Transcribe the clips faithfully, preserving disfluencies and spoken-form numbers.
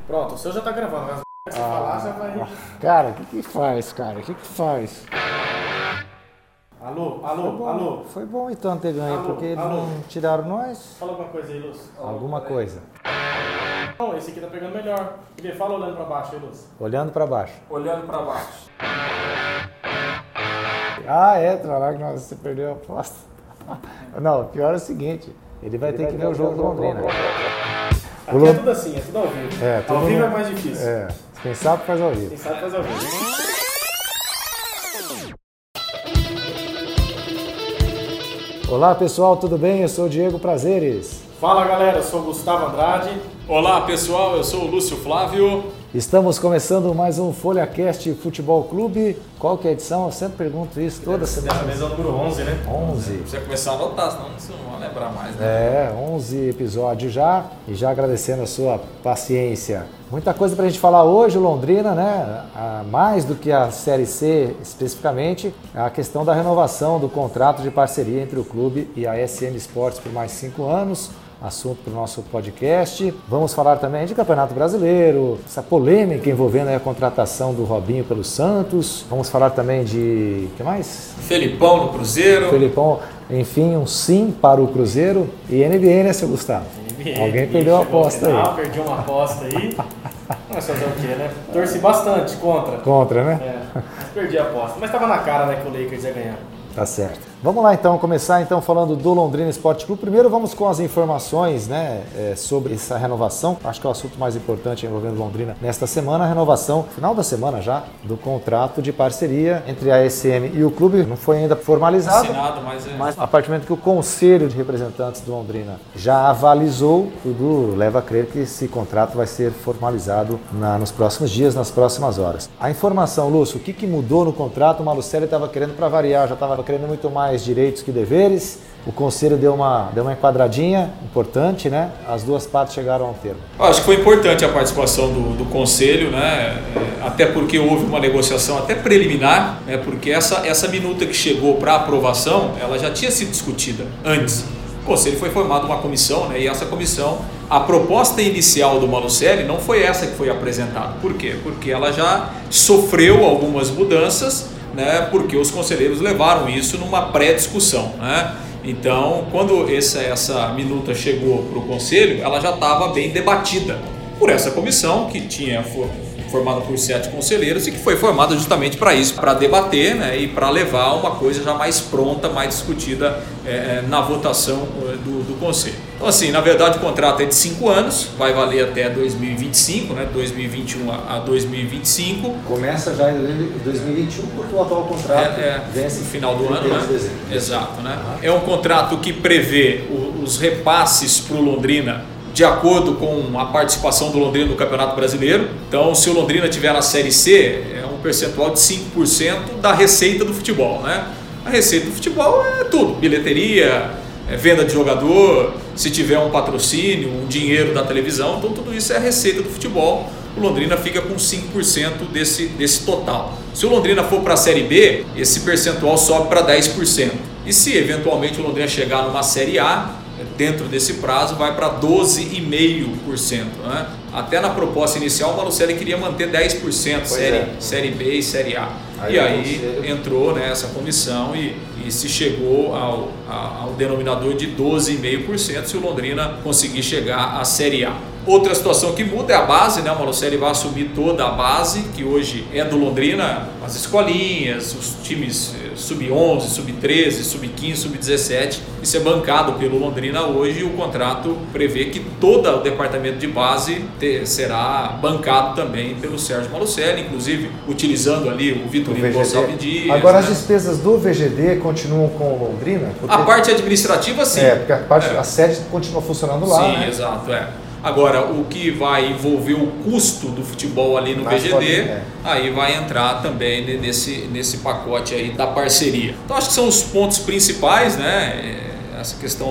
Pronto, o seu já tá gravando, mas se você falar já vai... Cara, o que que faz, cara? O que que faz? Alô, Foi alô, bom, alô. foi bom então ter ganho, Alô, porque eles alô. não tiraram nós. Fala alguma coisa aí, Lúcio. Alguma coisa. Não, esse aqui tá pegando melhor. Quer ver? Fala olhando pra baixo aí, Lúcio. Olhando pra baixo. Olhando pra baixo. Ah, é, Tralac, nossa, você perdeu a aposta. Não, o pior é o seguinte, ele vai Ele ter vai que ter ver o que jogo ver do o jogo Londrina. do Aqui O é Lon- tudo assim, é tudo ao vivo. É, ao tudo vivo no- é mais difícil. É, quem sabe faz ao vivo. Quem sabe faz ao vivo. Olá pessoal, tudo bem? Eu sou o Diego Prazeres. Fala galera, eu sou o Gustavo Andrade. Olá pessoal, eu sou o Lúcio Flávio. Estamos começando mais um FolhaCast Futebol Clube. Qual que é a edição? Eu sempre pergunto isso toda Dessa semana. vez é o número onze, né? onze. Precisa começar a anotar, senão você não vai lembrar mais, né? É, onze episódios já, e já agradecendo a sua paciência. Muita coisa pra gente falar hoje, o Londrina, né? Ah, mais do que a Série C especificamente, a questão da renovação do contrato de parceria entre o clube e a S M Sports por mais cinco anos. Assunto para o nosso podcast. Vamos falar também de Campeonato Brasileiro, essa polêmica envolvendo aí a contratação do Robinho pelo Santos. Vamos falar também de... o que mais? Felipão no Cruzeiro. Felipão, enfim, um sim para o Cruzeiro e N B A, né, seu Gustavo? Alguém perdeu a aposta Ah, aí. perdi uma aposta aí. Mas fazer o quê, né? Torci bastante contra. Contra, né? É, mas perdi a aposta. Mas tava na cara, né, que o Lakers ia ganhar. Tá certo. Vamos lá então, começar então falando do Londrina Esporte Clube. Primeiro vamos com as informações, né, é, sobre essa renovação. Acho que é o assunto mais importante envolvendo Londrina nesta semana, a renovação, final da semana já, do contrato de parceria entre a S M e o clube. Não foi ainda formalizado, Assinado, mas é... mas a partir do momento que o Conselho de Representantes do Londrina já avalizou, tudo leva a crer que esse contrato vai ser formalizado na, nos próximos dias, nas próximas horas. A informação, Lúcio, o que, que mudou no contrato? O Malucelli estava querendo, para variar, já estava querendo muito mais direitos que deveres. O Conselho deu uma, deu uma enquadradinha importante, né? As duas partes chegaram a um termo. Eu acho que foi importante a participação do, do Conselho, né? Até porque houve uma negociação até preliminar, né? Porque essa, essa minuta que chegou para aprovação, ela já tinha sido discutida antes. O Conselho foi formado uma comissão, né? E essa comissão, a proposta inicial do Malucelli não foi essa que foi apresentada. Por quê? Porque ela já sofreu algumas mudanças, né, porque os conselheiros levaram isso numa pré-discussão, né? Então, quando essa, essa minuta chegou para o conselho, ela já estava bem debatida por essa comissão que tinha for, formada por sete conselheiros e que foi formada justamente para isso, para debater, né, e para levar uma coisa já mais pronta, mais discutida é, na votação do, do conselho. Então, assim, na verdade o contrato é de cinco anos, vai valer até dois mil e vinte e cinco, né, dois mil e vinte e um a dois mil e vinte e cinco. Começa já em dois mil e vinte e um, porque o atual contrato É, é, vence no final do ano, trinta de né? dezembro. Exato, né? É um contrato que prevê o, os repasses para o Londrina de acordo com a participação do Londrina no Campeonato Brasileiro. Então, se o Londrina tiver na Série C, é um percentual de cinco por cento da receita do futebol, né? A receita do futebol é tudo, bilheteria, é venda de jogador, se tiver um patrocínio, um dinheiro da televisão, então tudo isso é a receita do futebol. O Londrina fica com cinco por cento desse, desse total. Se o Londrina for para a Série B, esse percentual sobe para dez por cento. E se eventualmente o Londrina chegar numa Série A, dentro desse prazo vai para doze vírgula cinco por cento, né? Até na proposta inicial o Malucelli queria manter dez por cento, série, é. série B e Série A. Aí e aí conselho... entrou nessa comissão e, e se chegou ao, ao denominador de doze vírgula cinco por cento se o Londrina conseguir chegar à Série A. Outra situação que muda é a base, né? O Malucelli vai assumir toda a base, que hoje é do Londrina, as escolinhas, os times sub onze, sub treze, sub quinze, sub dezessete, isso é bancado pelo Londrina hoje e o contrato prevê que todo o departamento de base ter, será bancado também pelo Sérgio Malucelli, inclusive utilizando ali o Vitorino Gonçalves Dias. Agora, né? As né? despesas do V G D continuam com o Londrina? Porque... A parte administrativa, sim. É, porque a, parte, é. a sede continua funcionando lá, Sim, né? exato, é. Agora, o que vai envolver o custo do futebol ali no Mais V G D, é. aí vai entrar também nesse, nesse pacote aí da parceria. Então, acho que são os pontos principais, né? Essa questão do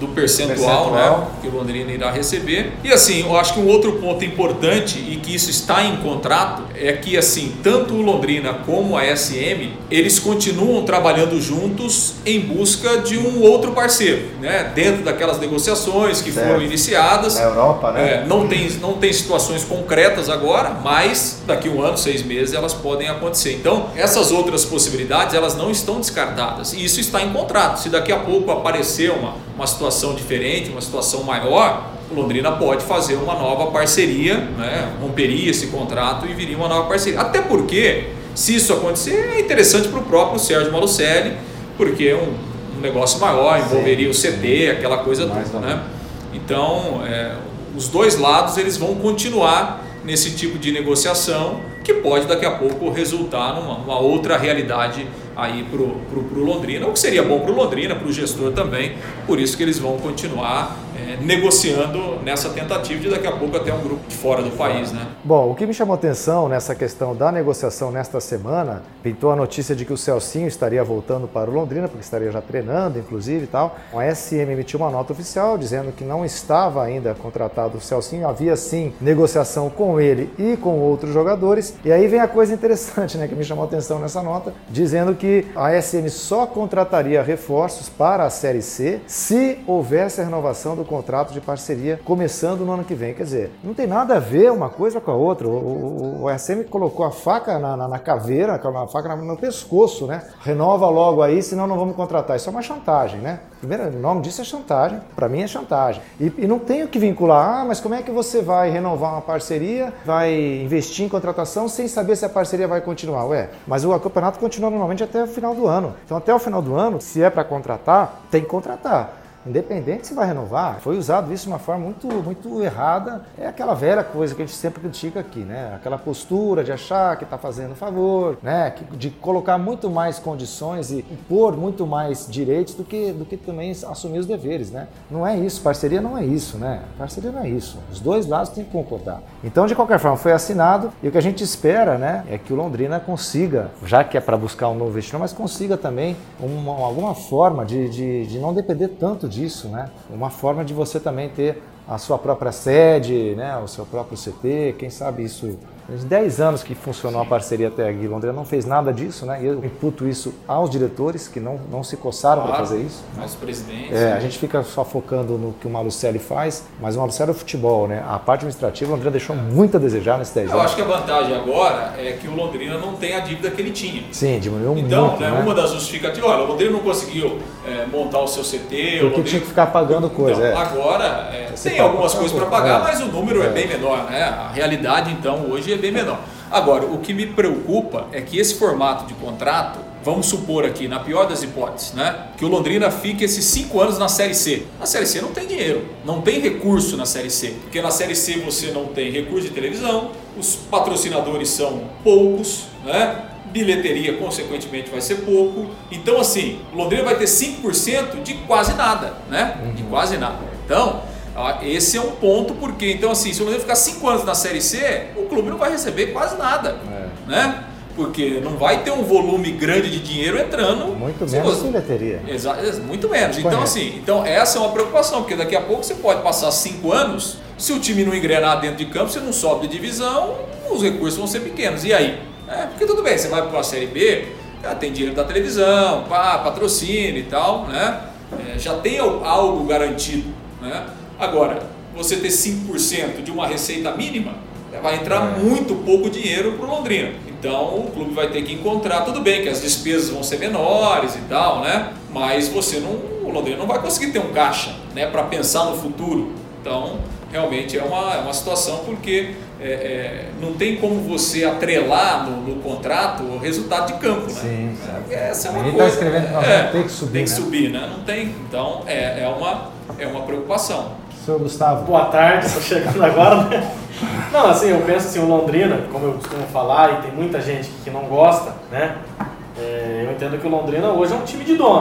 do percentual, percentual. Né, que o Londrina irá receber. E assim, eu acho que um outro ponto importante e que isso está em contrato é que assim, tanto o Londrina como a S M, eles continuam trabalhando juntos em busca de um outro parceiro, né, dentro daquelas negociações que certo. foram iniciadas. Na Europa, né? É, não tem, não tem situações concretas agora, mas daqui um ano, seis meses, elas podem acontecer. Então, essas outras possibilidades, elas não estão descartadas. E isso está em contrato. Se daqui a pouco aparecer uma, uma situação diferente, uma situação maior, o Londrina pode fazer uma nova parceria, né? Romperia esse contrato e viria uma nova parceria. Até porque, se isso acontecer, é interessante para o próprio Sérgio Malucelli, porque é um, um negócio maior, envolveria Sim. o C T, aquela coisa Mais toda. Né? Então, é, os dois lados eles vão continuar nesse tipo de negociação que pode daqui a pouco resultar numa, numa outra realidade aí para o Londrina, o que seria bom para o Londrina, para o gestor também, por isso que eles vão continuar é, negociando nessa tentativa de daqui a pouco até um grupo de fora do país, né? Bom, o que me chamou atenção nessa questão da negociação nesta semana, pintou a notícia de que o Celcinho estaria voltando para o Londrina, porque estaria já treinando, inclusive e tal. A S M emitiu uma nota oficial dizendo que não estava ainda contratado o Celcinho, havia sim negociação com ele e com outros jogadores. E aí vem a coisa interessante, né, que me chamou a atenção nessa nota, dizendo que a S M só contrataria reforços para a Série C se houvesse a renovação do contrato de parceria começando no ano que vem. Quer dizer, não tem nada a ver uma coisa com a outra. O, o, o S M colocou a faca na, na, na caveira, a faca no pescoço, né? Renova logo aí, senão não vamos contratar. Isso é uma chantagem, né? Primeiro, o nome disso é chantagem. Para mim é chantagem. E, e não tenho que vincular, ah, mas como é que você vai renovar uma parceria, vai investir em contratação sem saber se a parceria vai continuar? Ué, mas o campeonato continua normalmente até o final do ano. Então, até o final do ano, se é para contratar, tem que contratar. Independente se vai renovar, foi usado isso de uma forma muito, muito errada. É aquela velha coisa que a gente sempre critica aqui, né? Aquela postura de achar que está fazendo favor, né? De colocar muito mais condições e impor muito mais direitos do que, do que também assumir os deveres, né? Não é isso, parceria não é isso, né? Parceria não é isso. Os dois lados têm que concordar. Então, de qualquer forma, foi assinado e o que a gente espera, né? É que o Londrina consiga, já que é para buscar um novo investidor, mas consiga também uma, alguma forma de, de, de não depender tanto disso, né? Uma forma de você também ter a sua própria sede, né? O seu próprio C T, quem sabe isso... Uns dez anos que funcionou a parceria até aqui, Londrina não fez nada disso, né? E eu imputo isso aos diretores que não, não se coçaram claro, para fazer isso. Aos presidentes. É, né? A gente fica só focando no que o Malucelli faz, mas o Malucelli é o futebol, né? A parte administrativa, o Londrina deixou é. muito a desejar nesses dez anos. Eu acho que a vantagem agora é que o Londrina não tem a dívida que ele tinha. Sim, diminuiu então, muito. Então, né, né? uma das justificativas, olha, o Londrina não conseguiu é, montar o seu C T. Porque o Londrina... tinha que ficar pagando coisa. Então, é. agora é, tem algumas coisas para pagar, é. mas o número é. é bem menor, né? A realidade, então, hoje é bem menor. Agora, o que me preocupa é que esse formato de contrato, vamos supor aqui, na pior das hipóteses, né, que o Londrina fique esses cinco anos na Série C. Na Série C não tem dinheiro, não tem recurso na Série C, porque na Série C você não tem recurso de televisão, os patrocinadores são poucos, né? Bilheteria, consequentemente, vai ser pouco. Então, assim, o Londrina vai ter cinco por cento de quase nada, né? De quase nada. Então... esse é um ponto, porque então assim, se o Londrina ficar cinco anos na Série C, o clube não vai receber quase nada, é. né? Porque não vai ter um volume grande de dinheiro entrando. Muito menos você... bilheteria. Exato, muito menos. Então conhece. assim, então essa é uma preocupação, porque daqui a pouco você pode passar cinco anos, se o time não engrenar dentro de campo, você não sobe de divisão, os recursos vão ser pequenos. E aí? É, porque tudo bem, você vai para a Série B, já tem dinheiro da televisão, pá, patrocínio e tal, né? É, já tem algo garantido, né? Agora, você ter cinco por cento de uma receita mínima, vai entrar é. muito pouco dinheiro para o Londrina. Então, o clube vai ter que encontrar, tudo bem que as despesas vão ser menores e tal, né? Mas você não, o Londrina não vai conseguir ter um caixa, né, para pensar no futuro. Então, realmente é uma, é uma situação porque é, é, não tem como você atrelar no, no contrato o resultado de campo, né? Sim, sim. Essa é uma Ninguém coisa. Está escrevendo, não, é, tem que subir, Tem que né? subir, né? Não tem. Então, é, é, uma, é uma preocupação. Senhor Gustavo. Boa tarde, estou chegando agora, né? Não, assim, eu penso assim, o Londrina, como eu costumo falar, e tem muita gente que não gosta, né? É, eu entendo que o Londrina hoje é um time de dono.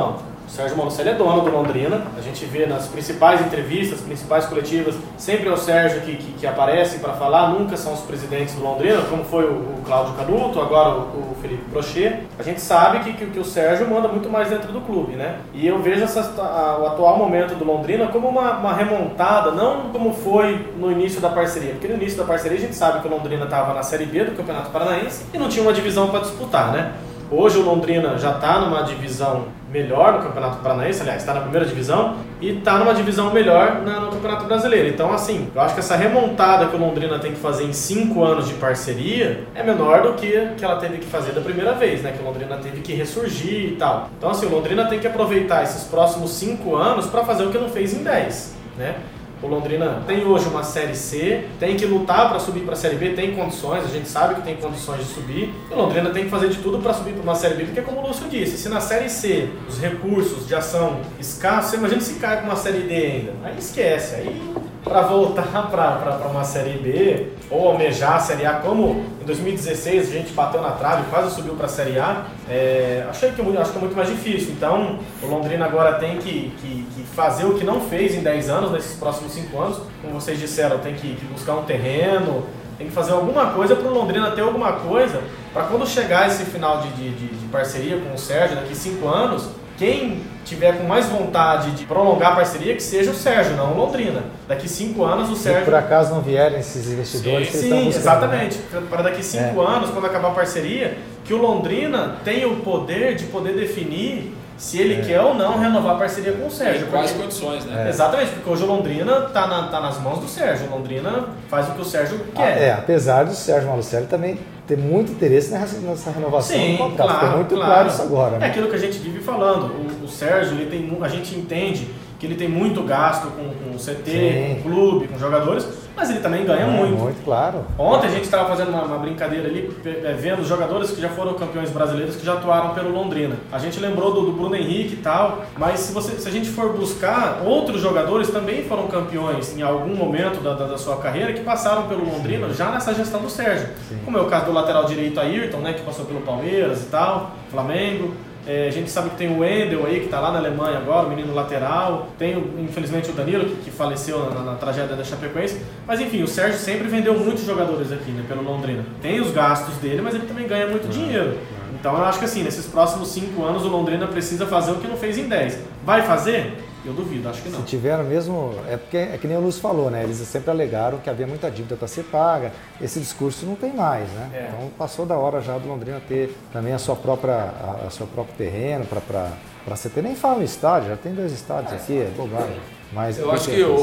O Sérgio Malucelli é dono do Londrina, a gente vê nas principais entrevistas, principais coletivas, sempre é o Sérgio que, que, que aparece para falar, nunca são os presidentes do Londrina, como foi o, o Cláudio Canuto, agora o, o Felipe Brochet. A gente sabe que, que, que o Sérgio manda muito mais dentro do clube, né? E eu vejo essa, a, o atual momento do Londrina como uma, uma remontada, não como foi no início da parceria, porque no início da parceria a gente sabe que o Londrina estava na Série B do Campeonato Paranaense e não tinha uma divisão para disputar, né? Hoje o Londrina já está numa divisão melhor no Campeonato Paranaense, aliás, está na primeira divisão e está numa divisão melhor na, no Campeonato Brasileiro. Então, assim, eu acho que essa remontada que o Londrina tem que fazer em cinco anos de parceria é menor do que que ela teve que fazer da primeira vez, né? Que o Londrina teve que ressurgir e tal. Então, assim, o Londrina tem que aproveitar esses próximos cinco anos para fazer o que não fez em dez, né? O Londrina tem hoje uma Série C, tem que lutar para subir para a Série B, tem condições, a gente sabe que tem condições de subir. E o Londrina tem que fazer de tudo para subir para uma Série B, porque como o Lúcio disse, se na Série C os recursos de ação escassos, você imagina se cai com uma Série D ainda. Aí esquece, aí para voltar para uma Série B ou almejar a Série A, como em dois mil e dezesseis a gente bateu na trave, quase subiu para a Série A, é, achei que, acho que é muito mais difícil. Então o Londrina agora tem que, que, que fazer o que não fez em dez anos, nesses próximos cinco anos, como vocês disseram, tem que, que buscar um terreno, tem que fazer alguma coisa para o Londrina ter alguma coisa, para quando chegar esse final de, de, de parceria com o Sérgio daqui cinco anos, quem tiver com mais vontade de prolongar a parceria, que seja o Sérgio, não o Londrina. Daqui cinco anos o Sérgio... Se por acaso não vierem esses investidores sim, que eles sim, estão buscando, exatamente. Né? Para daqui cinco é. anos, quando acabar a parceria, que o Londrina tenha o poder de poder definir se ele é. quer ou não renovar a parceria com o Sérgio. Em quais condições, né? É. Exatamente, porque hoje o Londrina está na, tá nas mãos do Sérgio. O Londrina faz o que o Sérgio quer. Ah, é, apesar do Sérgio Malucelli também ter muito interesse nessa, nessa renovação Sim, do contrato. claro, Ficou muito claro. claro isso agora. Né? É aquilo que a gente vive falando. O, o Sérgio, ele tem, a gente entende que ele tem muito gasto com, com o C T, Sim. com o clube, com jogadores, mas ele também ganha é, muito. Muito, claro. Ontem a gente estava fazendo uma, uma brincadeira ali, vendo os jogadores que já foram campeões brasileiros, que já atuaram pelo Londrina. A gente lembrou do, do Bruno Henrique e tal, mas se, você, se a gente for buscar, outros jogadores também foram campeões em algum momento da, da, da sua carreira, que passaram pelo Londrina Sim. já nessa gestão do Sérgio. Sim. Como é o caso do lateral direito Ayrton, né, que passou pelo Palmeiras e tal, Flamengo. É, a gente sabe que tem o Wendel aí, que está lá na Alemanha agora, o menino lateral. Tem, infelizmente, o Danilo, que, que faleceu na, na, na tragédia da Chapecoense. Mas, enfim, o Sérgio sempre vendeu muitos jogadores aqui, né, pelo Londrina. Tem os gastos dele, mas ele também ganha muito uhum. dinheiro. Então, eu acho que, assim, nesses próximos cinco anos, o Londrina precisa fazer o que não fez em dez. Vai fazer? Eu duvido, acho que não. Se tiveram mesmo, é porque é que nem o Lúcio falou, né? Eles sempre alegaram que havia muita dívida para ser paga. Esse discurso não tem mais, né? É. Então passou da hora já do Londrina ter também a sua própria, a, a seu próprio terreno para C T. Nem fala em estádio, já tem dois estádios aqui, é bobagem. Mas eu acho que o,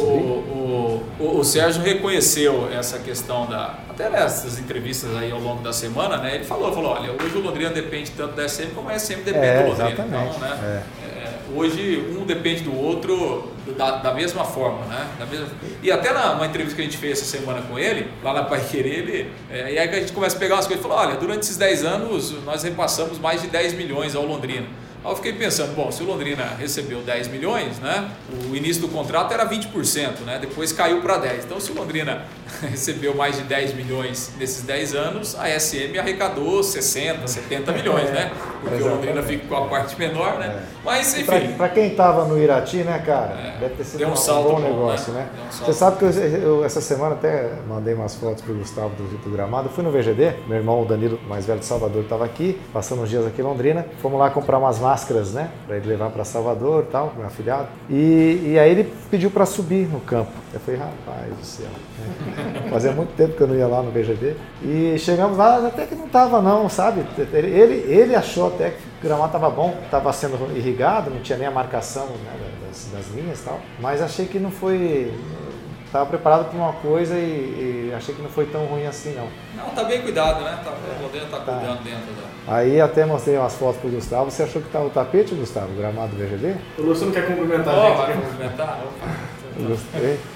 o, o, o Sérgio reconheceu essa questão da, até nessas entrevistas aí ao longo da semana, né? Ele falou, falou, olha, hoje o Londrina depende tanto da S M como a S M depende é, do Londrina. Exatamente. Então, né? É. Hoje um depende do outro da, da mesma forma, né? Da mesma... E até na uma entrevista que a gente fez essa semana com ele, lá na Paiquerê, ele, é, e aí que a gente começa a pegar umas coisas e fala, olha, durante esses dez anos nós repassamos mais de dez milhões ao Londrina. Aí eu fiquei pensando, bom, se o Londrina recebeu dez milhões, né? O início do contrato era vinte por cento, né? Depois caiu para dez. Então, se o Londrina recebeu mais de dez milhões nesses dez anos, a S M arrecadou sessenta, setenta milhões, né? Porque Exatamente. o Londrina fica com a parte menor, né? É. Mas, enfim... Para quem estava no Irati, né, cara? É, deve ter sido um, um, salto um bom bom, negócio, né? né? Um Você sabe que eu, eu, essa semana até mandei umas fotos pro Gustavo do, do Gramado. Eu fui no V G D, meu irmão, o Danilo, mais velho de Salvador, estava aqui, passando uns dias aqui em Londrina. Fomos lá comprar umas máscaras, né? Para ele levar para Salvador e tal, meu afilhado. E, e aí ele pediu para subir no campo. Eu falei, rapaz do céu. Né? Fazia muito tempo que eu não ia lá no V G D. E chegamos lá, até que não tava não, sabe? Ele, ele achou até que o gramado estava bom, estava sendo irrigado, não tinha nem a marcação, né, das, das linhas e tal. Mas achei que não foi... Estava preparado para uma coisa e, e achei que não foi tão ruim assim, não. Não, tá bem cuidado, né? Tá, o Londrina tá cuidando tá. dentro da... Aí até mostrei umas fotos pro Gustavo. Você achou que tá o tapete, Gustavo, o gramado do V G D? O Lúcio não quer cumprimentar oh, a gente. Vai cumprimentar? Eu gostei.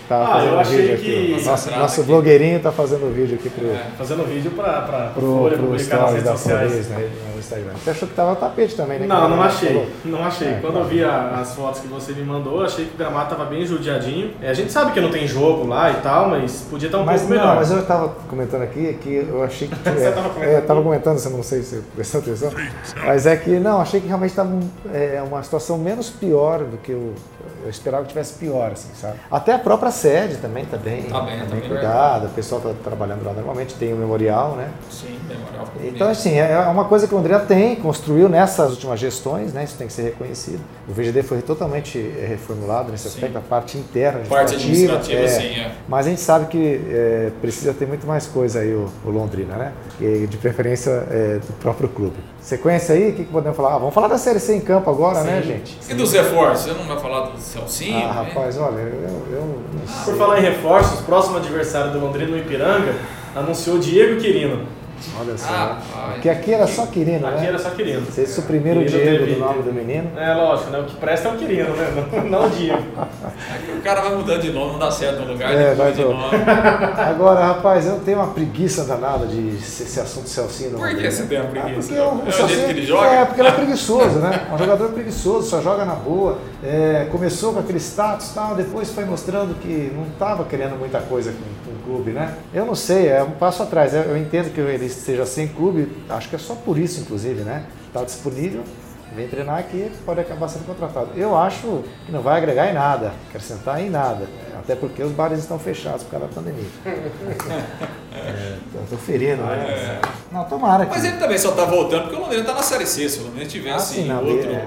Tá ah, fazendo eu achei vídeo que... aqui. Nosso, nosso blogueirinho tá fazendo vídeo aqui pro... É, fazendo vídeo pra, pra pro, Folha, pro publicar nas stories redes da sociais. Folha no Instagram. Você achou que tava no tapete também, né? Não, que não a achei, falou? não achei. É, Quando claro. eu vi a, as fotos que você me mandou, eu achei que o gramado tava bem judiadinho. É, a gente sabe que não tem jogo lá e tal, mas podia estar um Mas pouco não, melhor. mas eu tava comentando aqui que eu achei que... Você tava comentando? É, eu tava comentando, você não sei se você prestou atenção, mas é que, não, achei que realmente estava é, uma situação menos pior do que eu, eu esperava que tivesse pior, assim, sabe? Até a própria sede também tá bem, Tá bem, tá tá bem bem cuidada, o pessoal tá trabalhando lá normalmente, tem o memorial, né? Sim, memorial. Então, assim, é uma coisa que o André tem, construiu nessas últimas gestões, né? Isso tem que ser reconhecido. O V G D foi totalmente reformulado nesse aspecto, Sim. a parte interna, Parte administrativa, é, sim, é. Mas a gente sabe que é, precisa ter muito mais coisa aí o, o Londrina, né? E de preferência é, do próprio clube. Sequência aí, o que, que podemos falar? Ah, vamos falar da Série C em campo agora, Sim. né, gente? E dos reforços? Você não vai falar do Celcinho? Ah, né? rapaz, olha, eu, eu não sei. Por falar em reforços, o próximo adversário do Londrina no Ipiranga anunciou Diego Quirino. Olha só, Ah, porque aqui era só Quirino, Aqui né? era só Quirino. Vocês suprimiram o Quirino Diego teve- do nome do menino. É lógico, né? O que presta é o Quirino, né? Não, não o Diego. O cara vai mudando de nome, não dá certo no lugar, É, depois vai de do- nome. Agora, rapaz, eu tenho uma preguiça danada de esse, esse assunto Celcinho. no Por que Londrina. você tem uma Ah, preguiça? porque eu- É o Celcinho- jeito que ele joga? É, porque ele é preguiçoso, né? Um jogador preguiçoso, só joga na boa. É, começou com aquele status e tal, depois foi mostrando que não estava querendo muita coisa com, com o clube, né? Eu não sei, é um passo atrás. Eu, eu entendo que ele esteja sem clube, acho que é só por isso, inclusive, né? Está disponível, vem treinar aqui, pode acabar sendo contratado. Eu acho que não vai agregar em nada, acrescentar em nada. Até porque os bares estão fechados por causa da pandemia. é, Estou ferindo, né? Não, tomara que... Mas ele também só tá voltando porque o Londrina tá na Série C. Se o Londrina estivesse Ah, sim, em, na outro, B, é.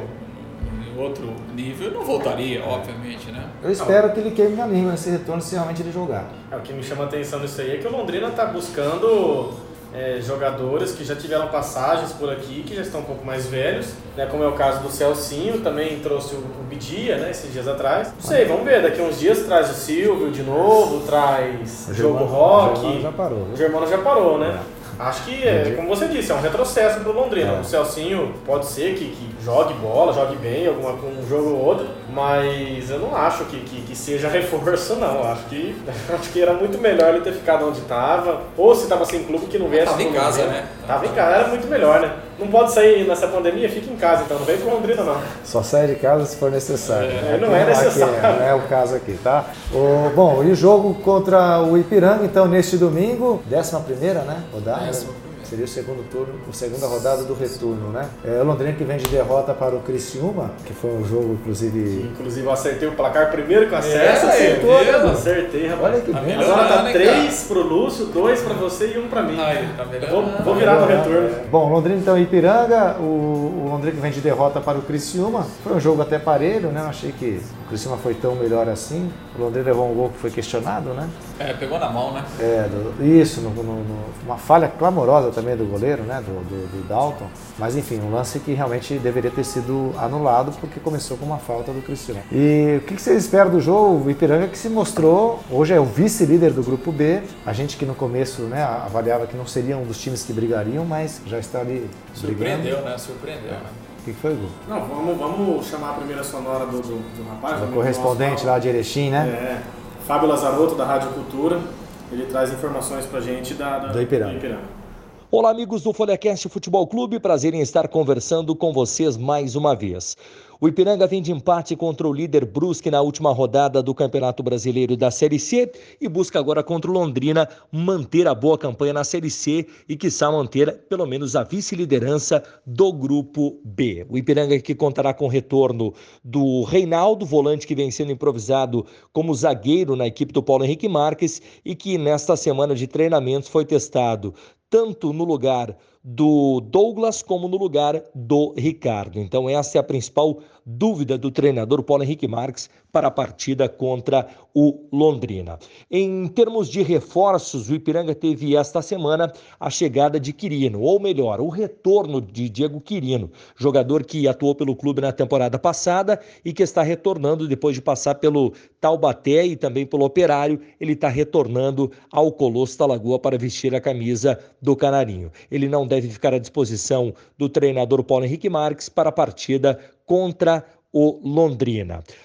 em outro nível, ele não voltaria, obviamente, né? Eu espero que ele queime a língua nesse retorno se realmente ele jogar. É, o que me chama a atenção nisso aí é que o Londrina está buscando é, jogadores que já tiveram passagens por aqui, que já estão um pouco mais velhos, né, como é o caso do Celcinho, também trouxe o, o Bidia, né, esses dias atrás. Não sei, vamos ver, daqui a uns dias traz o Silvio de novo, traz O Jogo Germano- Rock. o Germano já parou, viu? O Germano já parou, né? É. Acho que, é, como você disse, é um retrocesso para o Londrina. É. O Celcinho pode ser que, que jogue bola, jogue bem, alguma, um jogo ou outro, mas eu não acho que, que, que seja reforço, não. Acho que, acho que era muito melhor ele ter ficado onde estava, ou se estava sem clube, que não viesse Tava em pro casa, Londrina. né? Tava em casa, era muito melhor, né? Não pode sair nessa pandemia, fica em casa, então não vem pro Londrina, não. Só sai de casa se for necessário. É, não Aqui é aqui necessário. não é o caso aqui, tá? O, bom, e o jogo contra o Ipiranga, então, neste domingo, décima primeira, né? Rodada. Décima primeira. Seria o segundo turno, a segunda rodada do retorno, né? É, o Londrina que vem de derrota para o Criciúma, que foi um jogo, inclusive... Inclusive eu acertei o placar primeiro com a É, César, acertou, acertei, né? acertei, rapaz. Olha que Tá bem. melhor. Agora tá né, três pro Lúcio, dois pra você e um pra mim. Aí, tá Eu vou, melhor. vou virar no retorno. Bom, Londrina então Ipiranga, o, o Londrina que vem de derrota para o Criciúma. Foi um jogo até parelho, né? Eu achei que o Criciúma foi tão melhor assim. O Londrina levou um gol que foi questionado, né? É, pegou na mão, né? É, do- isso, no- no- no- uma falha clamorosa também do goleiro, né? Do, do, do Dalton. Mas enfim, um lance que realmente deveria ter sido anulado porque começou com uma falta do Criciúma. E o que que vocês esperam do jogo? O Ipiranga que se mostrou, hoje é o vice-líder do grupo B. A gente que no começo, né, avaliava que não seria um dos times que brigariam, mas já está ali brigando. Surpreendeu, né? Surpreendeu, né? O que que foi, Gu? Não, vamos, vamos chamar a primeira sonora do, do, do rapaz. O do correspondente nosso- lá de Erechim, né? É, Fábio Lazarotto, da Rádio Cultura. Ele traz informações pra gente da, da, Do Ipiranga. Olá, amigos do FolhaCast Futebol Clube, prazer em estar conversando com vocês mais uma vez. O Ipiranga vem de empate contra o líder Brusque na última rodada do Campeonato Brasileiro da Série C e busca agora contra o Londrina manter a boa campanha na Série C e, quiçá, manter pelo menos a vice-liderança do Grupo B. O Ipiranga que contará com o retorno do Reinaldo, volante que vem sendo improvisado como zagueiro na equipe do Paulo Henrique Marques e que nesta semana de treinamentos foi testado tanto no lugar do Douglas como no lugar do Ricardo. Então essa é a principal dúvida do treinador Paulo Henrique Marques para a partida contra o Londrina. Em termos de reforços, o Ipiranga teve esta semana a chegada de Quirino, ou melhor, o retorno de Diego Quirino, jogador que atuou pelo clube na temporada passada e que está retornando depois de passar pelo Taubaté e também pelo Operário. Ele está retornando ao Colosso da Lagoa para vestir a camisa do Canarinho. Ele não deve ficar à disposição do treinador Paulo Henrique Marques para a partida contra o Londrina.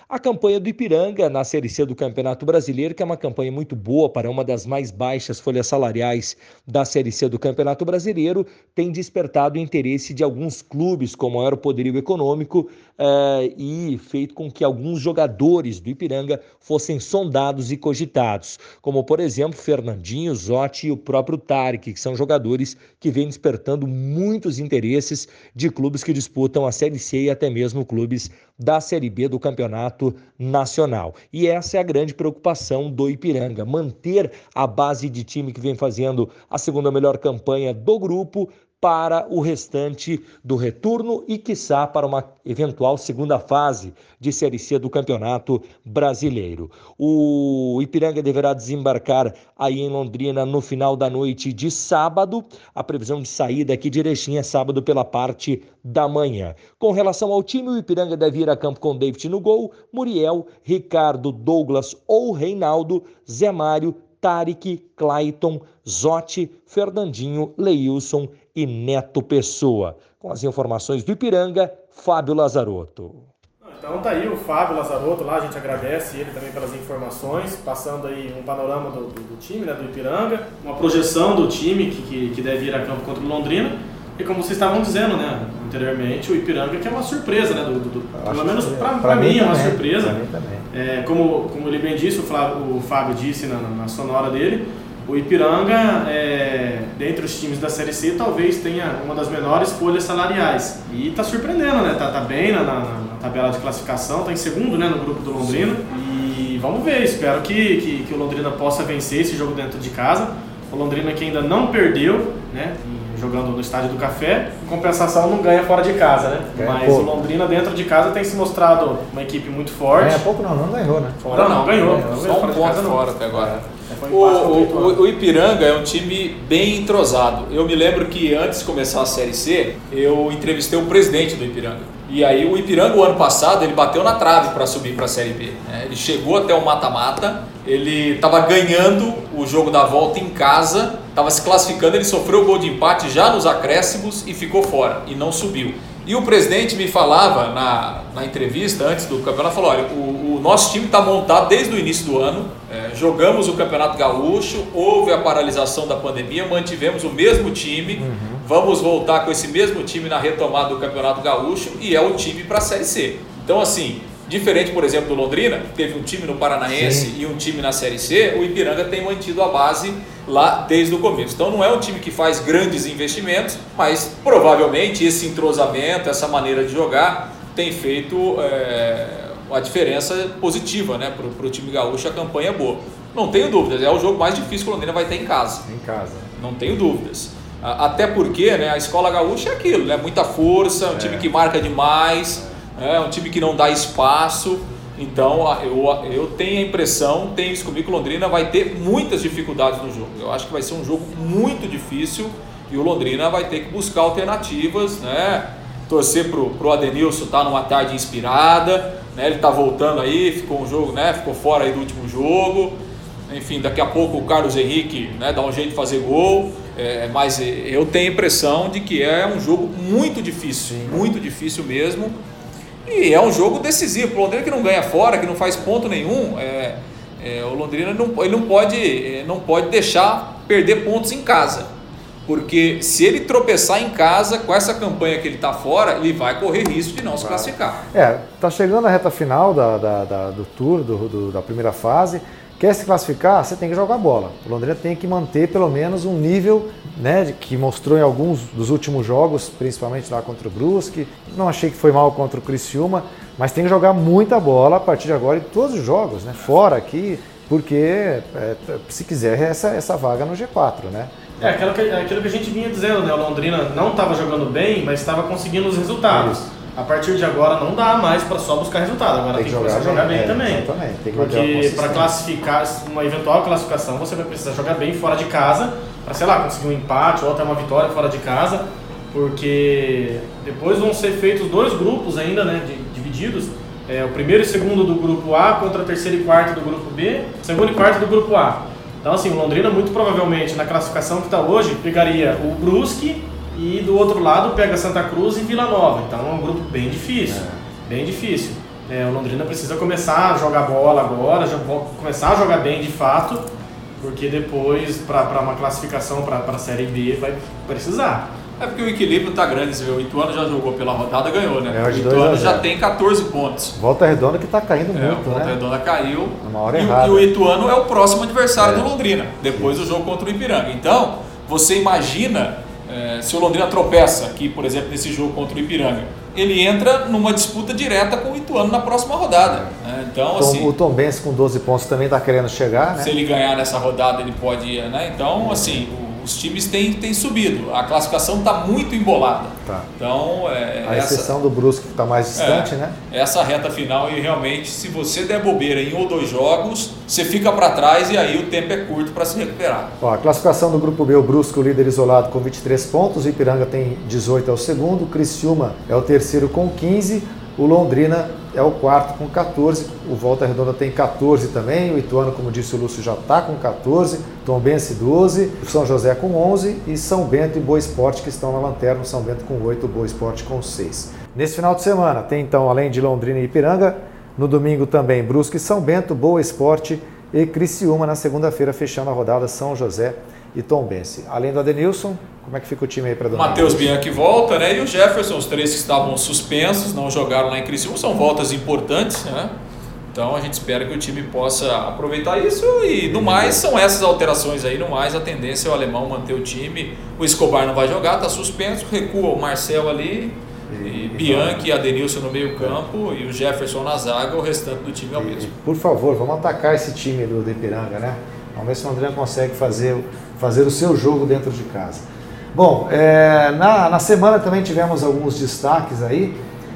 A campanha do Ipiranga na Série C do Campeonato Brasileiro, que é uma campanha muito boa para uma das mais baixas folhas salariais da Série C do Campeonato Brasileiro, tem despertado o interesse de alguns clubes com maior poderio econômico eh, e feito com que alguns jogadores do Ipiranga fossem sondados e cogitados, como por exemplo Fernandinho, Zotti e o próprio Tarek, que são jogadores que vêm despertando muitos interesses de clubes que disputam a Série C e até mesmo clubes da Série B do Campeonato Nacional. E essa é a grande preocupação do Ipiranga, manter a base de time que vem fazendo a segunda melhor campanha do grupo para o restante do retorno e, quiçá, para uma eventual segunda fase de Série C do Campeonato Brasileiro. O Ipiranga deverá desembarcar aí em Londrina no final da noite de sábado. A previsão de saída aqui de Erechim é sábado pela parte da manhã. Com relação ao time, o Ipiranga deve ir a campo com David no gol, Muriel, Ricardo, Douglas ou Reinaldo, Zé Mário, Tarek, Clayton, Zotti, Fernandinho, Leilson e Neto Pessoa. Com as informações do Ipiranga, Fábio Lazarotto. Então tá aí o Fábio Lazarotto lá, a gente agradece ele também pelas informações, passando aí um panorama do, do, do time, né, do Ipiranga, uma projeção do time que, que, que deve ir a campo contra o Londrina. E como vocês estavam dizendo, né, anteriormente, o Ipiranga que é uma surpresa, né, do, do, do, pelo menos para mim, mim é uma surpresa. É, como, como ele bem disse, o, Flávio, o Fábio disse na, na sonora dele, o Ipiranga, é, dentre os times da Série C, talvez tenha uma das menores folhas salariais. E está surpreendendo, né? Tá, tá bem na, na, na tabela de classificação, está em segundo, né, no grupo do Londrina. E vamos ver, espero que, que, que o Londrina possa vencer esse jogo dentro de casa. O Londrina que ainda não perdeu, né, jogando no Estádio do Café. Em compensação, não ganha fora de casa, né? Ganha Mas pouco. O Londrina dentro de casa tem se mostrado uma equipe muito forte. Ganha pouco não, não ganhou, né? Fora não, não ganhou. ganhou. Só um ponto fora até agora. O, o, o Ipiranga é um time bem entrosado. Eu me lembro que antes de começar a Série C, eu entrevistei o presidente do Ipiranga. E aí o Ipiranga, o ano passado, ele bateu na trave para subir para a Série B. Né? Ele chegou até o mata-mata, ele estava ganhando o jogo da volta em casa, estava se classificando, ele sofreu o gol de empate já nos acréscimos e ficou fora, e não subiu. E o presidente me falava na, na entrevista antes do campeonato, falou, olha, o, o nosso time está montado desde o início do ano, é, jogamos o Campeonato Gaúcho, houve a paralisação da pandemia, mantivemos o mesmo time, uhum. Vamos voltar com esse mesmo time na retomada do Campeonato Gaúcho e é o time para a Série C. Então assim, diferente por exemplo do Londrina, que teve um time no Paranaense Sim. e um time na Série C, o Ipiranga tem mantido a base lá desde o começo. Então não é um time que faz grandes investimentos, mas provavelmente esse entrosamento, essa maneira de jogar tem feito é, uma diferença positiva, né, para o time gaúcho. A campanha é boa. Não tenho dúvidas, é o jogo mais difícil que o Londrina vai ter em casa. Em casa. Não tenho dúvidas. Até porque, né, a escola gaúcha é aquilo, né, muita força, um é. time que marca demais, é um time que não dá espaço. Então eu, eu tenho a impressão, tenho isso comigo, que o Londrina vai ter muitas dificuldades no jogo. Eu acho que vai ser um jogo muito difícil e o Londrina vai ter que buscar alternativas, né? Torcer pro, pro Adenilson estar numa tarde inspirada, né? Ele está voltando aí, ficou um jogo, né? Ficou fora aí do último jogo. Enfim, daqui a pouco o Carlos Henrique, né, dá um jeito de fazer gol. É, mas eu tenho a impressão de que é um jogo muito difícil, Sim. muito difícil mesmo. E é um jogo decisivo. O Londrina que não ganha fora, que não faz ponto nenhum, é, é, o Londrina não, ele não, pode, não pode deixar perder pontos em casa. Porque se ele tropeçar em casa, com essa campanha que ele está fora, ele vai correr risco de não se classificar. É, está chegando a reta final da, da, da, do tour, do, do, da primeira fase. Quer se classificar, você tem que jogar bola. O Londrina tem que manter pelo menos um nível, né, que mostrou em alguns dos últimos jogos, principalmente lá contra o Brusque. Não achei que foi mal contra o Criciúma, mas tem que jogar muita bola a partir de agora em todos os jogos, né, fora aqui, porque é, se quiser essa, essa vaga no G quatro, né? É aquilo que, aquilo que a gente vinha dizendo, né? O Londrina não estava jogando bem, mas estava conseguindo os resultados. Isso. A partir de agora não dá mais para só buscar resultado, agora tem, tem que jogar, jogar bem, bem é, também. Exatamente. Tem que porque para classificar, uma eventual classificação, você vai precisar jogar bem fora de casa, para, sei lá, conseguir um empate ou até uma vitória fora de casa, porque depois vão ser feitos dois grupos ainda, né, divididos, é, o primeiro e segundo do grupo A contra o terceiro e quarto do grupo B, segundo e quarto do grupo A. Então assim, o Londrina muito provavelmente na classificação que está hoje, pegaria o Brusque, e do outro lado pega Santa Cruz e Vila Nova. Então é um grupo bem difícil, é. bem difícil. É, o Londrina precisa começar a jogar bola agora, já começar a jogar bem de fato, porque depois, para uma classificação para a Série B, vai precisar. É porque o equilíbrio está grande, você vê, o Ituano já jogou pela rodada, ganhou, né? É, o Ituano já tem catorze pontos. Volta Redonda que está caindo é, muito, Volta né? Redonda caiu. Numa hora e, errada. E o Ituano é o próximo adversário é. do Londrina, depois do jogo contra o Ipiranga. Então, você imagina, é, se o Londrina tropeça aqui, por exemplo, nesse jogo contra o Ipiranga, ele entra numa disputa direta com o Ituano na próxima rodada. Né? Então, Tom, assim, o Tombense com doze pontos também está querendo chegar, né? Se ele ganhar nessa rodada, ele pode ir, né? Então, assim, os times têm, têm subido. A classificação está muito embolada. Tá. Então, é, a essa, exceção do Brusque que está mais distante, é, né? Essa reta final, e realmente, se você der bobeira em um ou dois jogos, você fica para trás e aí o tempo é curto para se recuperar. Ó, a classificação do Grupo B, o Brusque, o líder isolado com vinte e três pontos, o Ipiranga tem dezoito, é o segundo, o Criciúma é o terceiro com quinze, o Londrina é o quarto com catorze, o Volta Redonda tem catorze também, o Ituano, como disse o Lúcio, já está com catorze, Tombense doze, o São José com onze e São Bento e Boa Esporte que estão na lanterna, o São Bento com oito, o Boa Esporte com seis. Nesse final de semana tem então, além de Londrina e Ipiranga, no domingo também Brusque e São Bento, Boa Esporte e Criciúma, na segunda-feira fechando a rodada São José e Tombense. Além do Adenilson, como é que fica o time aí para domingo? Matheus Bianchi volta, né? E o Jefferson, os três que estavam suspensos, não jogaram lá em Criciúma, são voltas importantes, né? Então a gente espera que o time possa aproveitar isso e no mais são essas alterações aí, no mais a tendência é o alemão manter o time, o Escobar não vai jogar, está suspenso, recua o Marcel ali, e, e Bianchi e Adenilson no meio campo e o Jefferson na zaga, o restante do time é o mesmo. Por favor, vamos atacar esse time do Ipiranga, né? Vamos ver se o Londrina consegue fazer, fazer o seu jogo dentro de casa. Bom, é, na, na semana também tivemos alguns destaques aí,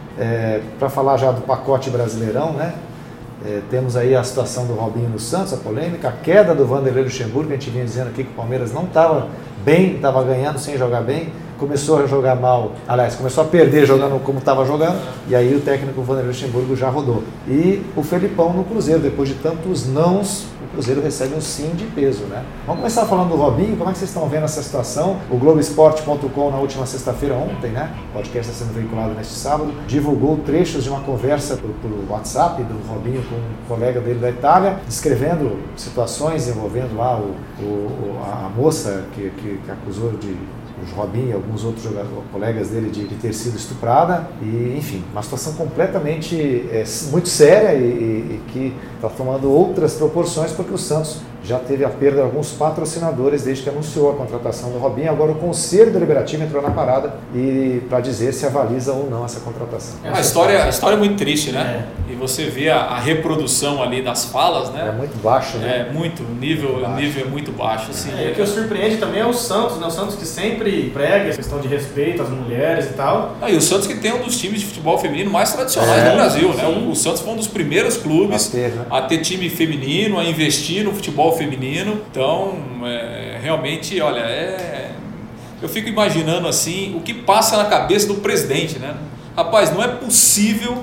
é, para falar já do pacote Brasileirão, né? É, temos aí a situação do Robinho no Santos, a polêmica, a queda do Vanderlei Luxemburgo, a gente vinha dizendo aqui que o Palmeiras não estava bem, estava ganhando sem jogar bem, começou a jogar mal, aliás, começou a perder jogando como estava jogando, e aí o técnico Vanderlei Luxemburgo já rodou. E o Felipão no Cruzeiro, depois de tantos nãos, o Cruzeiro recebe um sim de peso, né? Vamos começar falando do Robinho, como é que vocês estão vendo essa situação? O Globo Esporte ponto com na última sexta-feira, ontem, né? O podcast está sendo veiculado neste sábado, divulgou trechos de uma conversa por, por WhatsApp do Robinho com um colega dele da Itália, descrevendo situações envolvendo lá o, o, a moça que, que, que acusou de o Robinho e alguns outros jogadores, colegas dele de, de ter sido estuprada e, enfim, uma situação completamente é, muito séria e, e, e que está tomando outras proporções porque o Santos já teve a perda de alguns patrocinadores desde que anunciou a contratação do Robinho. Agora o Conselho Deliberativo entrou na parada e para dizer se avaliza ou não essa contratação. A história, a história é muito triste, né? É. E você vê a, a reprodução ali das falas, né? É muito baixo, né? É muito, o nível, o nível é muito baixo. Assim, é, e o que surpreende também é o Santos, né? O Santos que sempre prega a questão de respeito às mulheres e tal. Ah, e o Santos que tem um dos times de futebol feminino mais tradicionais é, do Brasil, sim. né? O, o Santos foi um dos primeiros clubes a ter, né? a ter time feminino, a investir no futebol feminino. Então, é, realmente, olha, é, eu fico imaginando assim o que passa na cabeça do presidente, né? Rapaz, não é possível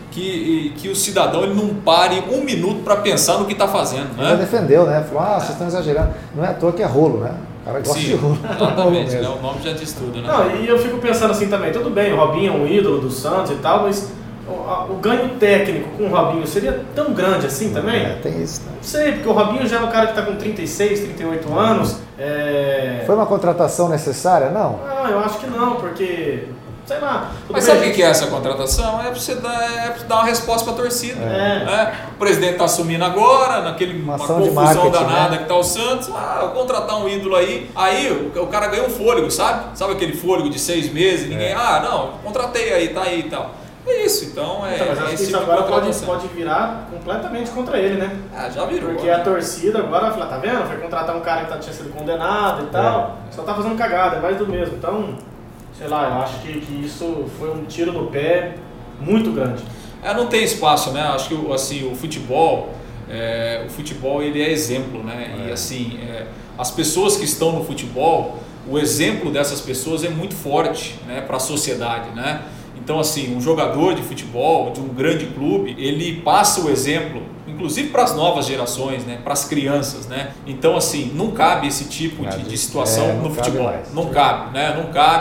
que, que o cidadão ele não pare um minuto para pensar no que está fazendo, né? Ele defendeu, né? Falou, ah, vocês estão exagerando. Não é à toa que é rolo, né? O cara gosta Sim, de rolo. Exatamente, né? O nome já diz tudo, né? Não, e eu fico pensando assim também, tudo bem, o Robinho é um ídolo do Santos e tal, mas o, o ganho técnico com o Robinho seria tão grande assim também? É, tem isso, né? Não sei, porque o Robinho já é um cara que está com trinta e seis, trinta e oito anos. É... Foi uma contratação necessária? Não? Não, eu acho que não, porque... sei lá. Mas sabe o que é essa contratação? É para você dar, é pra dar uma resposta para a torcida. É. Né? O presidente está assumindo agora, naquele uma, uma confusão danada, né? Que está o Santos. Ah, vou contratar um ídolo aí. Aí o, o cara ganhou um fôlego, sabe? Sabe aquele fôlego de seis meses? Ninguém, é. ah, não, contratei aí, tá aí e tal. É isso, então é. Então, mas acho esse que isso tipo agora pode, pode virar completamente contra ele, né? Ah, já virou. Porque né? a torcida agora vai falar, tá vendo? Foi contratar um cara que tá, tinha sido condenado e tal, é. só tá fazendo cagada, é mais do mesmo. Então, sei lá, eu acho que, que isso foi um tiro no pé muito grande. É, não tem espaço, né? Acho que assim, o futebol, é, o futebol ele é exemplo, né? É. E assim, é, as pessoas que estão no futebol, o exemplo dessas pessoas é muito forte, né, para a sociedade, né? Então, assim, um jogador de futebol, de um grande clube, ele passa o exemplo, inclusive para as novas gerações, né? Para as crianças, né? Então, assim, não cabe esse tipo de, de situação é, no futebol. Mais. Não cabe, né? Não cabe.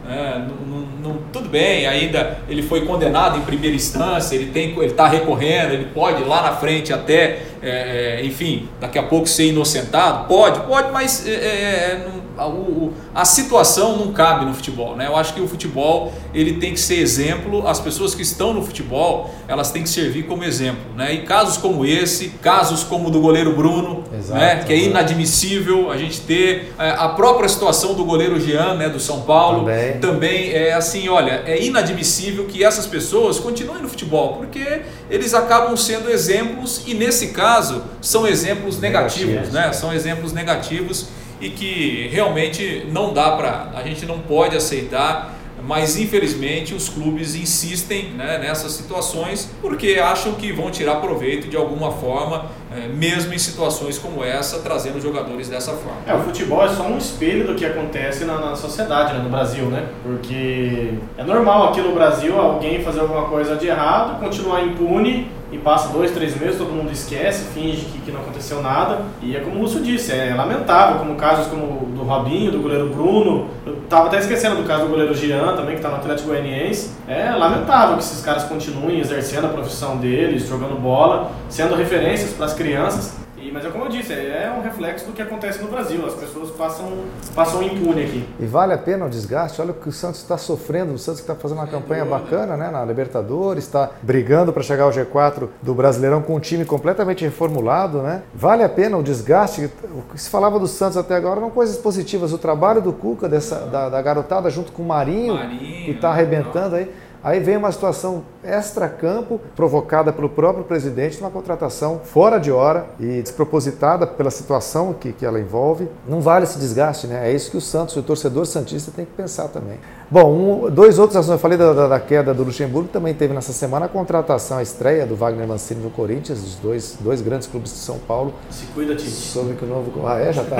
É, não, não, tudo bem, ainda ele foi condenado em primeira instância, ele tem, ele está recorrendo, ele pode lá na frente até, é, enfim, daqui a pouco ser inocentado, pode, pode, mas é, é, não, a, a situação não cabe no futebol, né? Eu acho que o futebol ele tem que ser exemplo, as pessoas que estão no futebol, elas têm que servir como exemplo, né? E casos como esse, casos como o do goleiro Bruno, exato, né? Que é inadmissível a gente ter a própria situação do goleiro Jean, né? Do São Paulo, também. Também é assim, olha, é inadmissível que essas pessoas continuem no futebol, porque eles acabam sendo exemplos e nesse caso são exemplos negativos, negativos né? São exemplos negativos e que realmente não dá para, a gente não pode aceitar, mas infelizmente os clubes insistem, né, nessas situações porque acham que vão tirar proveito de alguma forma, é, mesmo em situações como essa, trazendo jogadores dessa forma. É, o futebol é só um espelho do que acontece na, na sociedade, né, no Brasil, né? Porque é normal aqui no Brasil alguém fazer alguma coisa de errado, continuar impune e passa dois, três meses, todo mundo esquece, finge que, que não aconteceu nada. E é como o Lúcio disse, é lamentável, como casos como o do Robinho, do goleiro Bruno. Eu tava até esquecendo do caso do goleiro Jean também, que está no Atlético Goianiense. É lamentável que esses caras continuem exercendo a profissão deles, jogando bola, sendo referências para as crianças. E, mas é como eu disse, é um reflexo do que acontece no Brasil, as pessoas passam, passam impune aqui. E vale a pena o desgaste? Olha o que o Santos está sofrendo, o Santos está fazendo uma campanha bacana, né, na Libertadores, está brigando para chegar ao G quatro do Brasileirão com um time completamente reformulado, né? Vale a pena o desgaste? O que se falava do Santos até agora eram coisas positivas, o trabalho do Cuca, dessa, da, da garotada junto com o Marinho, Marinho que está arrebentando aí. Aí vem uma situação extra-campo, provocada pelo próprio presidente, uma contratação fora de hora e despropositada pela situação que, que ela envolve. Não vale esse desgaste, né? É isso que o Santos, o torcedor santista tem que pensar também. Bom, um, dois outros assuntos, eu falei da, da, da queda do Luxemburgo, também teve nessa semana a contratação, a estreia do Wagner Mancini no Corinthians, os dois, dois grandes clubes de São Paulo. Se cuida, Tite. Soube que o novo... Ah, é? Já está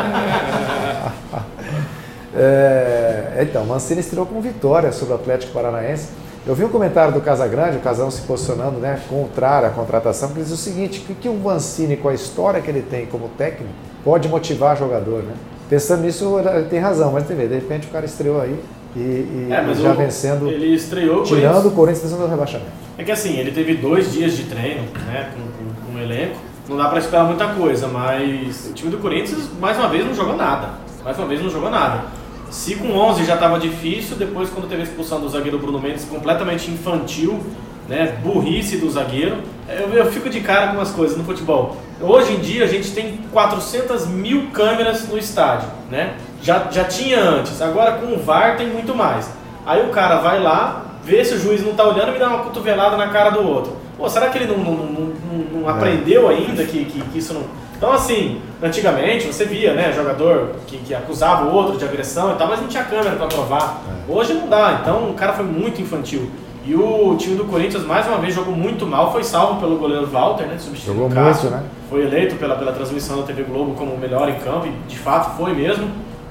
assim? É, então, Mancini estreou com vitória sobre o Atlético Paranaense. Eu vi um comentário do Casagrande, o Casão se posicionando, né, contrário à contratação, que diz o seguinte: que, que o Mancini, com a história que ele tem como técnico, pode motivar jogador, né? Pensando nisso, ele tem razão, mas tem ver, de repente o cara estreou aí e, e é, já o, vencendo, ele estreou tirando o Corinthians vencendo o rebaixamento. É que assim, ele teve dois dias de treino, né, com, com, com o elenco, não dá para esperar muita coisa, mas o time do Corinthians, mais uma vez, não jogou nada, mais uma vez não jogou nada. Se com onze já estava difícil, depois quando teve a expulsão do zagueiro Bruno Mendes, completamente infantil, né, burrice do zagueiro, eu, eu fico de cara com as coisas no futebol. Hoje em dia a gente tem quatrocentas mil câmeras no estádio, né? Já, já tinha antes, agora com o V A R tem muito mais. Aí o cara vai lá, vê se o juiz não está olhando e me dá uma cotovelada na cara do outro. Pô, será que ele não, não, não, não, não aprendeu ainda que, que, que isso não... Então, assim, antigamente você via, né, jogador que, que acusava o outro de agressão e tal, mas não tinha câmera para provar. É. Hoje não dá, então o cara foi muito infantil. E o time do Corinthians, mais uma vez, jogou muito mal, foi salvo pelo goleiro Walter, né, substituindo o Cássio. Muito, né? Foi eleito pela, pela transmissão da T V Globo como o melhor em campo, e de fato foi mesmo.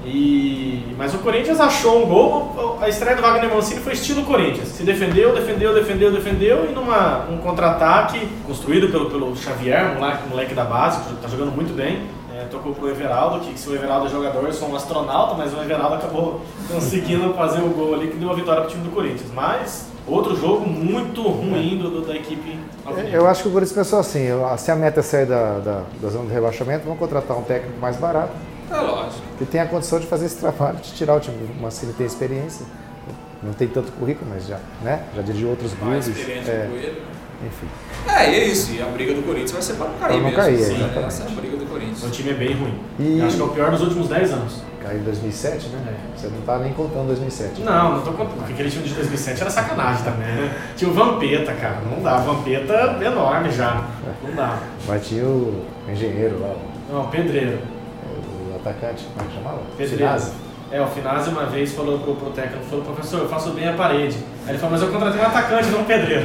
E... Mas o Corinthians achou um gol, a estreia do Wagner Mancini foi estilo Corinthians. Se defendeu, defendeu, defendeu, defendeu e numa um contra-ataque construído pelo, pelo Xavier, moleque, moleque da base, que está jogando muito bem. É, tocou pro Everaldo, que se o Everaldo é jogador, eu sou um astronauta, mas o Everaldo acabou conseguindo fazer o gol ali que deu a vitória pro time do Corinthians. Mas outro jogo muito ruim do, da equipe. Eu acho que o Corinthians pensou assim, se a meta é sair da, da, da zona de rebaixamento, vamos contratar um técnico mais barato. É lógico. Que tem a condição de fazer esse trabalho, de tirar o time. O Mancini tem experiência, não tem tanto currículo, mas já, né? Já dirigiu outros mais clubes. experiência é, com ele. Enfim. É, e é isso. E a briga do Corinthians vai ser para não cair não mesmo. Cair, sim, exatamente. Essa é a briga do Corinthians. O time é bem ruim. E... Acho que é o pior dos últimos dez anos. Caiu em dois mil e sete, né? É. Você não tá nem contando dois mil e sete. Não, não tô contando. Porque aquele time de dois mil e sete era sacanagem também, né? Tinha o Vampeta, cara. Não dá. O Vampeta enorme já. Não dá. Mas tinha o engenheiro lá. Não, o Pedreiro. Atacante, como é que chamava? Finazzi. É, o Finazzi uma vez falou pro, pro técnico, falou, professor, eu faço bem a parede. Aí ele falou, mas eu contratei um atacante, não um pedreiro.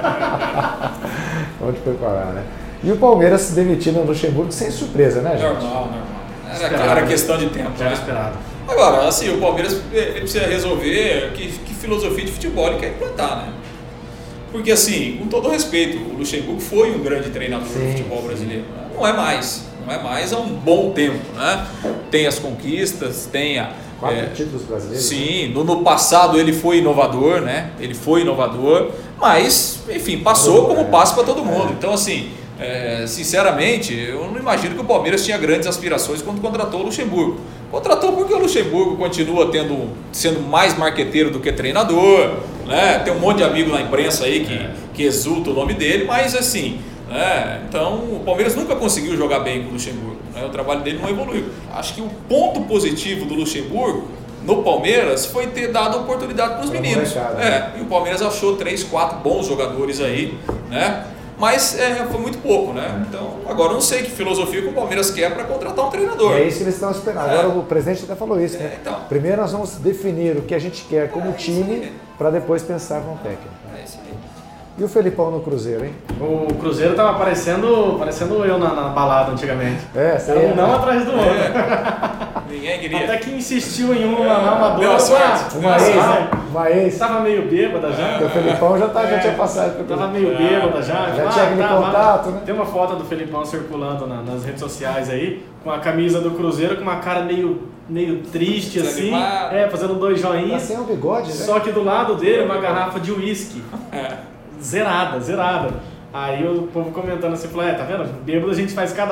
Onde foi parar, né? E o Palmeiras se demitiu no Luxemburgo sem surpresa, né, gente? Normal, normal. Era, era questão de tempo. Já era né? esperado. Agora, assim, o Palmeiras ele precisa resolver que, que filosofia de futebol ele quer implantar, né? Porque, assim, com todo respeito, o Luxemburgo foi um grande treinador sim, do futebol brasileiro. Não é mais. Não é mais há um bom tempo, né? Tem as conquistas, tem a, Quatro É, títulos brasileiros. sim, no, no passado ele foi inovador, né? Ele foi inovador, mas, enfim, passou como passa para todo mundo. Então, assim, é, sinceramente, eu não imagino que o Palmeiras tinha grandes aspirações quando contratou o Luxemburgo. Contratou porque o Luxemburgo continua tendo, sendo mais marqueteiro do que treinador, né? Tem um monte de amigo na imprensa aí que, que exulta o nome dele, mas assim, né? Então o Palmeiras nunca conseguiu jogar bem com o Luxemburgo, né? O trabalho dele não evoluiu. Acho que o ponto positivo do Luxemburgo no Palmeiras foi ter dado oportunidade para os meninos. É, e o Palmeiras achou três, quatro bons jogadores aí, né? Mas é, foi muito pouco, né? Então, agora eu não sei que filosofia que o Palmeiras quer para contratar um treinador. E é isso que eles estão esperando. É. Agora o presidente até falou isso, né? É, então. Primeiro nós vamos definir o que a gente quer como É, time para depois pensar com o técnico. É isso aí. E o Felipão no Cruzeiro, hein? O Cruzeiro tava parecendo, parecendo eu na, na balada antigamente. É, você Era um ia- não atrás do outro. Ninguém queria. Até que insistiu em uma na amadora. Deu sorte. Uma Deu ex, sorte. né? Uma ex. Tava meio bêbada já. Porque o Felipão já, tá, já É, tinha passado pelo Tava meio bêbada já. Já Ah, tinha aquele tá, contato, vai. né? Tem uma foto do Felipão circulando na- nas redes sociais aí, com a camisa do Cruzeiro, com uma cara meio, meio triste assim. Desanimado. É, fazendo dois Tá joinhas. sem o bigode, né? Só que do lado dele uma garrafa de uísque. É. Zerada, zerada. Aí o povo comentando assim, falou, é, tá vendo? Bêbado a gente faz cada...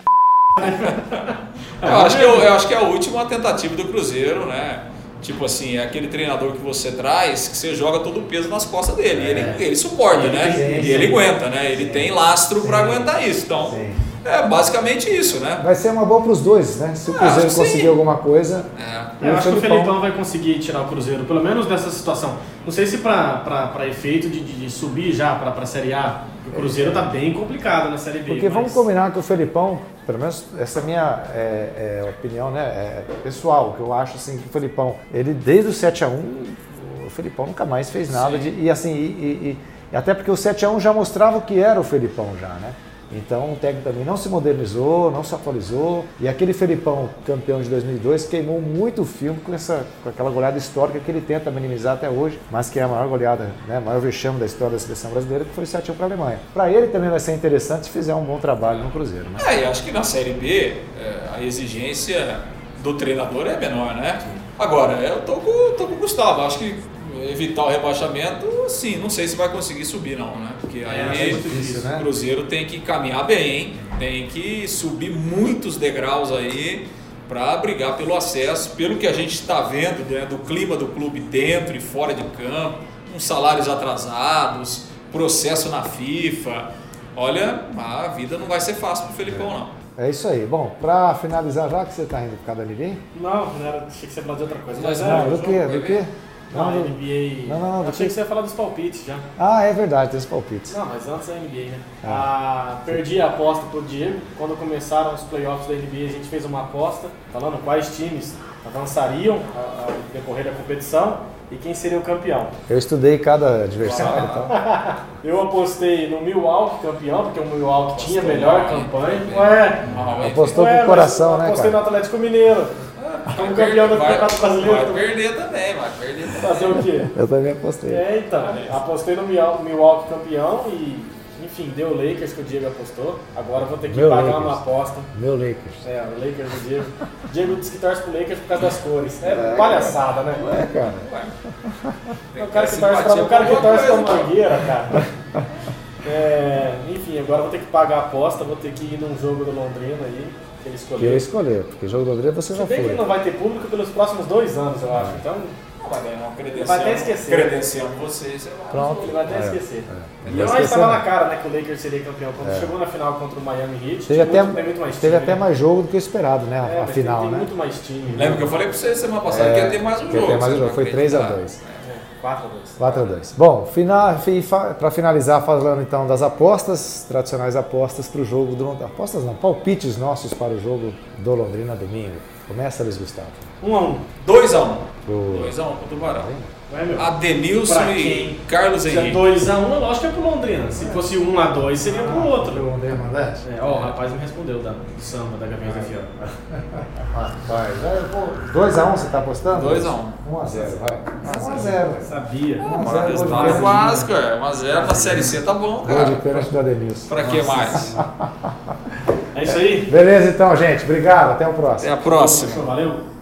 Eu acho, que eu, eu acho que é a última tentativa do Cruzeiro, né? Tipo assim, é aquele treinador que você traz, que você joga todo o peso nas costas dele. E ele, ele suporta, Ele né? tem, E sim. ele aguenta, né? Ele tem lastro para aguentar isso. Então, Sim. é basicamente isso, né? Vai ser uma boa para os dois, né? Se o Ah, Cruzeiro acho que conseguir sim. alguma coisa. É. E Eu o acho que o Felipão- Felipão vai conseguir tirar o Cruzeiro, pelo menos nessa situação. Não sei se para efeito de, de, de subir já para a Série A, o Cruzeiro tá bem complicado na Série B. Porque vamos mas- combinar que o Felipão, pelo menos essa é a minha é, é, opinião, né, é, pessoal, que eu acho assim que o Felipão, ele desde o sete a um, o Felipão nunca mais fez nada de, e assim, e, e- e até porque o sete a um já mostrava o que era o Felipão já, né? Então o técnico também não se modernizou, não se atualizou, e aquele Felipão campeão de dois mil e dois queimou muito o filme com, essa, com aquela goleada histórica que ele tenta minimizar até hoje, mas que é a maior goleada, né, a maior vexame da história da seleção brasileira, que foi o sete a um para a Alemanha. Para ele também vai ser interessante se fizer um bom trabalho no Cruzeiro, né? É, e acho que na Série B é, a exigência do treinador é menor, né? Agora, eu tô com, tô com o Gustavo, acho que evitar o rebaixamento, sim, não sei se vai conseguir subir não, né? Porque É, aí é muito difícil, o né? Cruzeiro tem que caminhar bem, hein? Tem que subir muitos degraus aí para brigar pelo acesso, pelo que a gente está vendo, né, do clima do clube dentro e fora de campo, com salários atrasados, processo na FIFA. Olha, a vida não vai ser fácil pro Felipão, não. É isso aí. Bom, para finalizar, já que você está indo por causa da N B A, Não, não era, achei que você ia falar de outra coisa. Mas Não, é, não, do o que? jogo- Do que? Não, do- N B A. Não, não, não, do achei que- que você ia falar dos palpites já. Ah, é verdade, tem os palpites. Não, mas antes da N B A, né? Ah, perdi a aposta pro Diego. Quando começaram os playoffs da N B A, a gente fez uma aposta falando quais times avançariam ao decorrer da competição e quem seria o campeão. Eu estudei cada adversário e tal. Eu apostei no Milwaukee campeão, porque o Milwaukee tinha a Apostou melhor mal, hein? campanha. Bem, Ué, mal, hein? Apostou ué, com o mas coração, eu né, apostei cara? no Atlético Mineiro. Como Vai campeão do perder- Campeonato vai- Brasileiro. Vai perder também, vai perder também. Fazer o quê? Eu também apostei. É, então, apostei no Mil- Milwaukee campeão e, enfim, deu o Lakers que o Diego apostou. Agora eu vou ter que Meu pagar Lakers. uma aposta. Meu Lakers. É, o Lakers do Diego. Diego disse que torce pro Lakers por causa das cores. É, É, palhaçada, né? É, cara. É o cara que torce pra, o cara que torce pra Mangueira, cara. É, enfim, agora eu vou ter que pagar a aposta, vou ter que ir num jogo do Londrina aí, que ele Que escolheu. eu escolher, porque jogo do André você Se já bem que foi. não vai ter público pelos próximos dois anos, eu acho. Então, Vai ganhar uma credencial. Vai até esquecer. Credencial com vocês, sei lá. Pronto. ele vai até É, esquecer. é. E Ele eu vai acho que esquecer, estava na né? cara, né, que o Lakers seria campeão. Quando chegou na final contra o Miami Heat, Teve tinha até, muito, tem muito mais time. teve até né? mais jogo do que o esperado, né? É, A mas final, tem, tem né? muito mais time. Lembra que eu falei pra vocês semana passada É, que ia ter mais um que jogo. ia ter mais um vocês jogo, não foi três a acreditaram. dois. quatro a dois. quatro a dois. Bom, para finalizar, falando então das apostas, tradicionais apostas para o jogo do Londrina. Apostas não, palpites nossos para o jogo do Londrina domingo. Começa, Luiz Gustavo. Um a um. dois a um. Pro- dois a um pro Tubarão. Não é, meu? Adenilson Pra e quem? Carlos Se é Henrique. dois a um, é lógico que é pro Londrina. Se fosse um a dois, seria pro outro. Londrina Mandante? É, ó, o rapaz me respondeu da, do samba da Gaviões da Fiel. Rapaz, dois a um você está apostando? dois a um. um a zero, vai. um a zero. Sabia. um a Mas zero, resultado gol de é pênalti. básico, é. um a zero na Série C tá bom, Gol de cara. pênalti do Adenilson. Pra que mais? É isso aí. Beleza então, gente. Obrigado. Até o próximo. Até a próxima. Valeu.